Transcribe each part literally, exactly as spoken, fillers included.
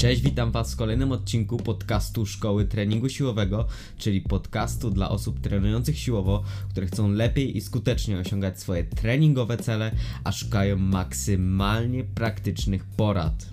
Cześć, witam Was w kolejnym odcinku podcastu Szkoły Treningu Siłowego, czyli podcastu dla osób trenujących siłowo, które chcą lepiej i skutecznie osiągać swoje treningowe cele, a szukają maksymalnie praktycznych porad.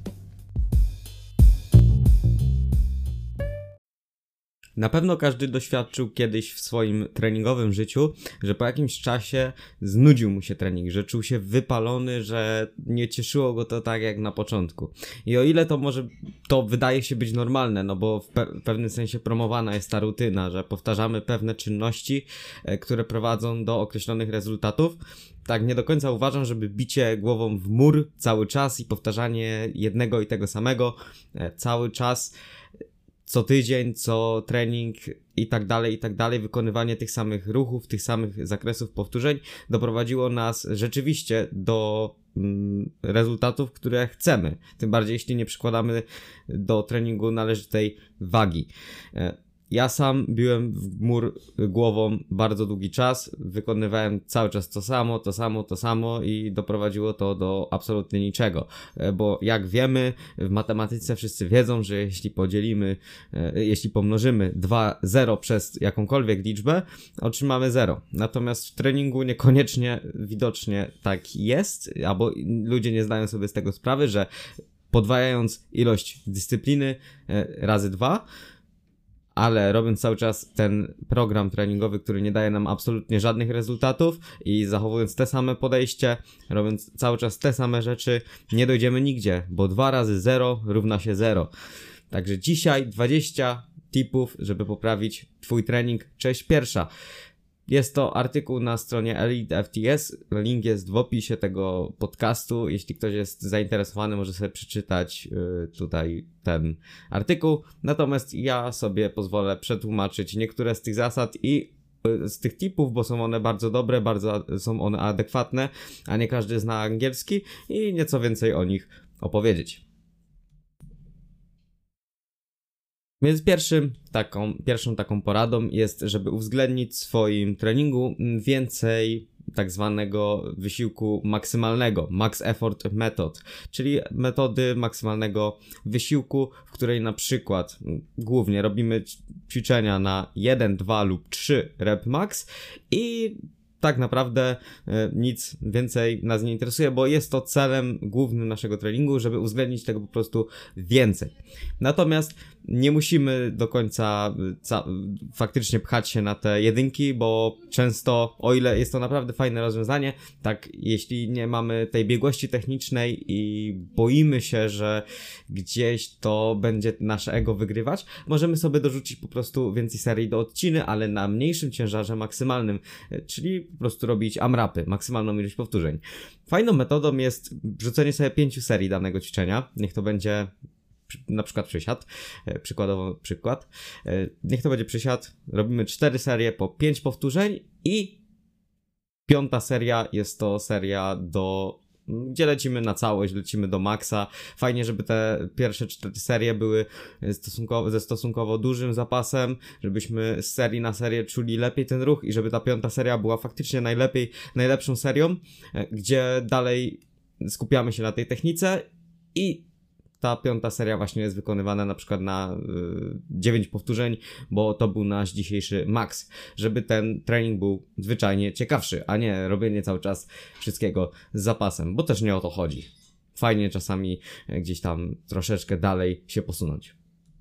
Na pewno każdy doświadczył kiedyś w swoim treningowym życiu, że po jakimś czasie znudził mu się trening, że czuł się wypalony, że nie cieszyło go to tak jak na początku. I o ile to może, to wydaje się być normalne, no bo w, pe- w pewnym sensie promowana jest ta rutyna, że powtarzamy pewne czynności, e, które prowadzą do określonych rezultatów, tak nie do końca uważam, żeby bicie głową w mur cały czas i powtarzanie jednego i tego samego e, cały czas, co tydzień, co trening i tak dalej, i tak dalej, wykonywanie tych samych ruchów, tych samych zakresów powtórzeń doprowadziło nas rzeczywiście do mm, rezultatów, które chcemy. Tym bardziej, jeśli nie przykładamy do treningu należytej wagi. Ja sam biłem w mur głową bardzo długi czas, wykonywałem cały czas to samo, to samo, to samo i doprowadziło to do absolutnie niczego, bo jak wiemy, w matematyce wszyscy wiedzą, że jeśli podzielimy, jeśli pomnożymy dwa zero przez jakąkolwiek liczbę, otrzymamy zero. Natomiast w treningu niekoniecznie widocznie tak jest, albo ludzie nie zdają sobie z tego sprawy, że podwajając ilość dyscypliny razy dwa, ale robiąc cały czas ten program treningowy, który nie daje nam absolutnie żadnych rezultatów i zachowując te same podejście, robiąc cały czas te same rzeczy, nie dojdziemy nigdzie, bo dwa razy zero równa się zero. Także dzisiaj dwadzieścia tipów, żeby poprawić Twój trening. Część pierwsza. Jest to artykuł na stronie Elite F T S, link jest w opisie tego podcastu, jeśli ktoś jest zainteresowany, może sobie przeczytać y, tutaj ten artykuł, natomiast ja sobie pozwolę przetłumaczyć niektóre z tych zasad i y, z tych tipów, bo są one bardzo dobre, bardzo są one adekwatne, a nie każdy zna angielski i nieco więcej o nich opowiedzieć. Więc pierwszym taką, pierwszą taką poradą jest, żeby uwzględnić w swoim treningu więcej tak zwanego wysiłku maksymalnego, max effort method, czyli metody maksymalnego wysiłku, w której na przykład głównie robimy ćwiczenia na jeden, dwa lub trzy rep max i tak naprawdę e, nic więcej nas nie interesuje, bo jest to celem głównym naszego treningu, żeby uwzględnić tego po prostu więcej. Natomiast nie musimy do końca ca- faktycznie pchać się na te jedynki, bo często, o ile jest to naprawdę fajne rozwiązanie, tak jeśli nie mamy tej biegłości technicznej i boimy się, że gdzieś to będzie nasze ego wygrywać, możemy sobie dorzucić po prostu więcej serii do odciny, ale na mniejszym ciężarze maksymalnym, czyli po prostu robić AMRAPy, maksymalną ilość powtórzeń. Fajną metodą jest wrzucenie sobie pięciu serii danego ćwiczenia, niech to będzie na przykład przysiad, przykładowo przykład, niech to będzie przysiad, robimy cztery serie po pięć powtórzeń i piąta seria jest to seria do, gdzie lecimy na całość, lecimy do maksa. Fajnie, żeby te pierwsze cztery serie były stosunkowo, ze stosunkowo dużym zapasem, żebyśmy z serii na serię czuli lepiej ten ruch i żeby ta piąta seria była faktycznie najlepiej, najlepszą serią, gdzie dalej skupiamy się na tej technice i ta piąta seria właśnie jest wykonywana na przykład na y, dziewięć powtórzeń, bo to był nasz dzisiejszy maks, żeby ten trening był zwyczajnie ciekawszy, a nie robienie cały czas wszystkiego z zapasem, bo też nie o to chodzi. Fajnie czasami gdzieś tam troszeczkę dalej się posunąć.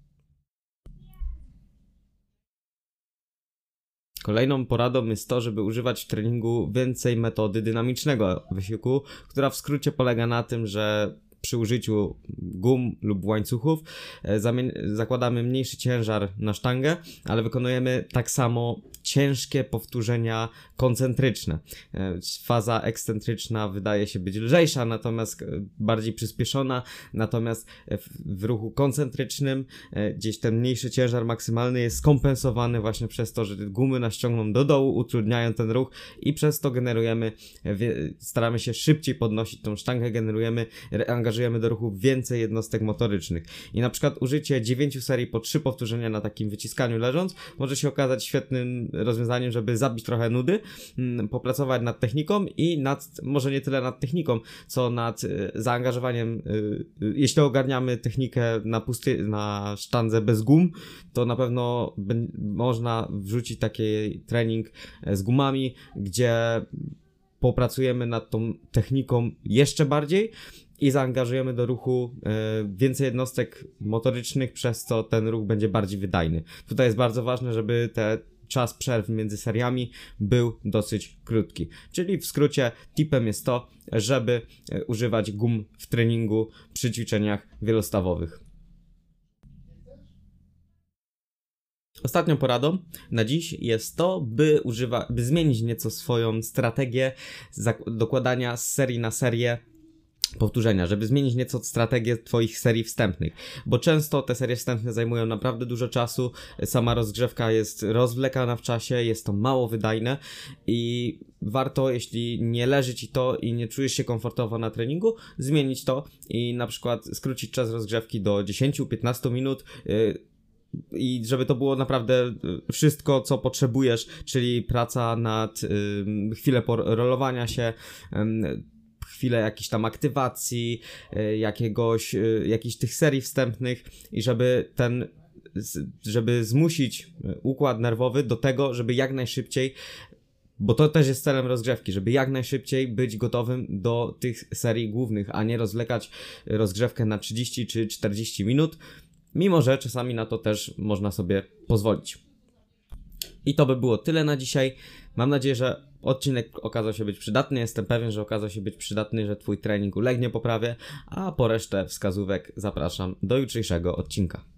Kolejną poradą jest to, żeby używać w treningu więcej metody dynamicznego wysiłku, która w skrócie polega na tym, że przy użyciu gum lub łańcuchów zakładamy mniejszy ciężar na sztangę, ale wykonujemy tak samo ciężkie powtórzenia koncentryczne. Faza ekscentryczna wydaje się być lżejsza, natomiast bardziej przyspieszona, natomiast w ruchu koncentrycznym gdzieś ten mniejszy ciężar maksymalny jest skompensowany właśnie przez to, że gumy nas ciągną do dołu, utrudniają ten ruch i przez to generujemy, staramy się szybciej podnosić tą sztangę, generujemy angażowanie zaangażujemy do ruchu więcej jednostek motorycznych. I na przykład użycie dziewięciu serii po trzy powtórzenia na takim wyciskaniu leżąc może się okazać świetnym rozwiązaniem, żeby zabić trochę nudy, popracować nad techniką i nad, może nie tyle nad techniką, co nad zaangażowaniem. Jeśli ogarniamy technikę na pusty, na sztandze bez gum, to na pewno można wrzucić taki trening z gumami, gdzie popracujemy nad tą techniką jeszcze bardziej i zaangażujemy do ruchu więcej jednostek motorycznych, przez co ten ruch będzie bardziej wydajny. Tutaj jest bardzo ważne, żeby te czas przerw między seriami był dosyć krótki. Czyli w skrócie tipem jest to, żeby używać gum w treningu przy ćwiczeniach wielostawowych. Ostatnią poradą na dziś jest to, by, używa, by zmienić nieco swoją strategię dokładania z serii na serię powtórzenia, żeby zmienić nieco strategię twoich serii wstępnych, bo często te serie wstępne zajmują naprawdę dużo czasu, sama rozgrzewka jest rozwlekana w czasie, jest to mało wydajne i warto, jeśli nie leży ci to i nie czujesz się komfortowo na treningu, zmienić to i na przykład skrócić czas rozgrzewki do dziesięć do piętnastu minut, yy, i żeby to było naprawdę wszystko, co potrzebujesz, czyli praca nad y, chwilę porolowania się, y, chwilę jakiejś tam aktywacji, y, jakiegoś, y, jakichś tych serii wstępnych i żeby ten, żeby zmusić układ nerwowy do tego, żeby jak najszybciej, bo to też jest celem rozgrzewki, żeby jak najszybciej być gotowym do tych serii głównych, a nie rozwlekać rozgrzewkę na trzydzieści czy czterdzieści minut, mimo że czasami na to też można sobie pozwolić. I to by było tyle na dzisiaj. Mam nadzieję, że odcinek okazał się być przydatny. Jestem pewien, że okazał się być przydatny, że twój trening ulegnie poprawie, a po resztę wskazówek zapraszam do jutrzejszego odcinka.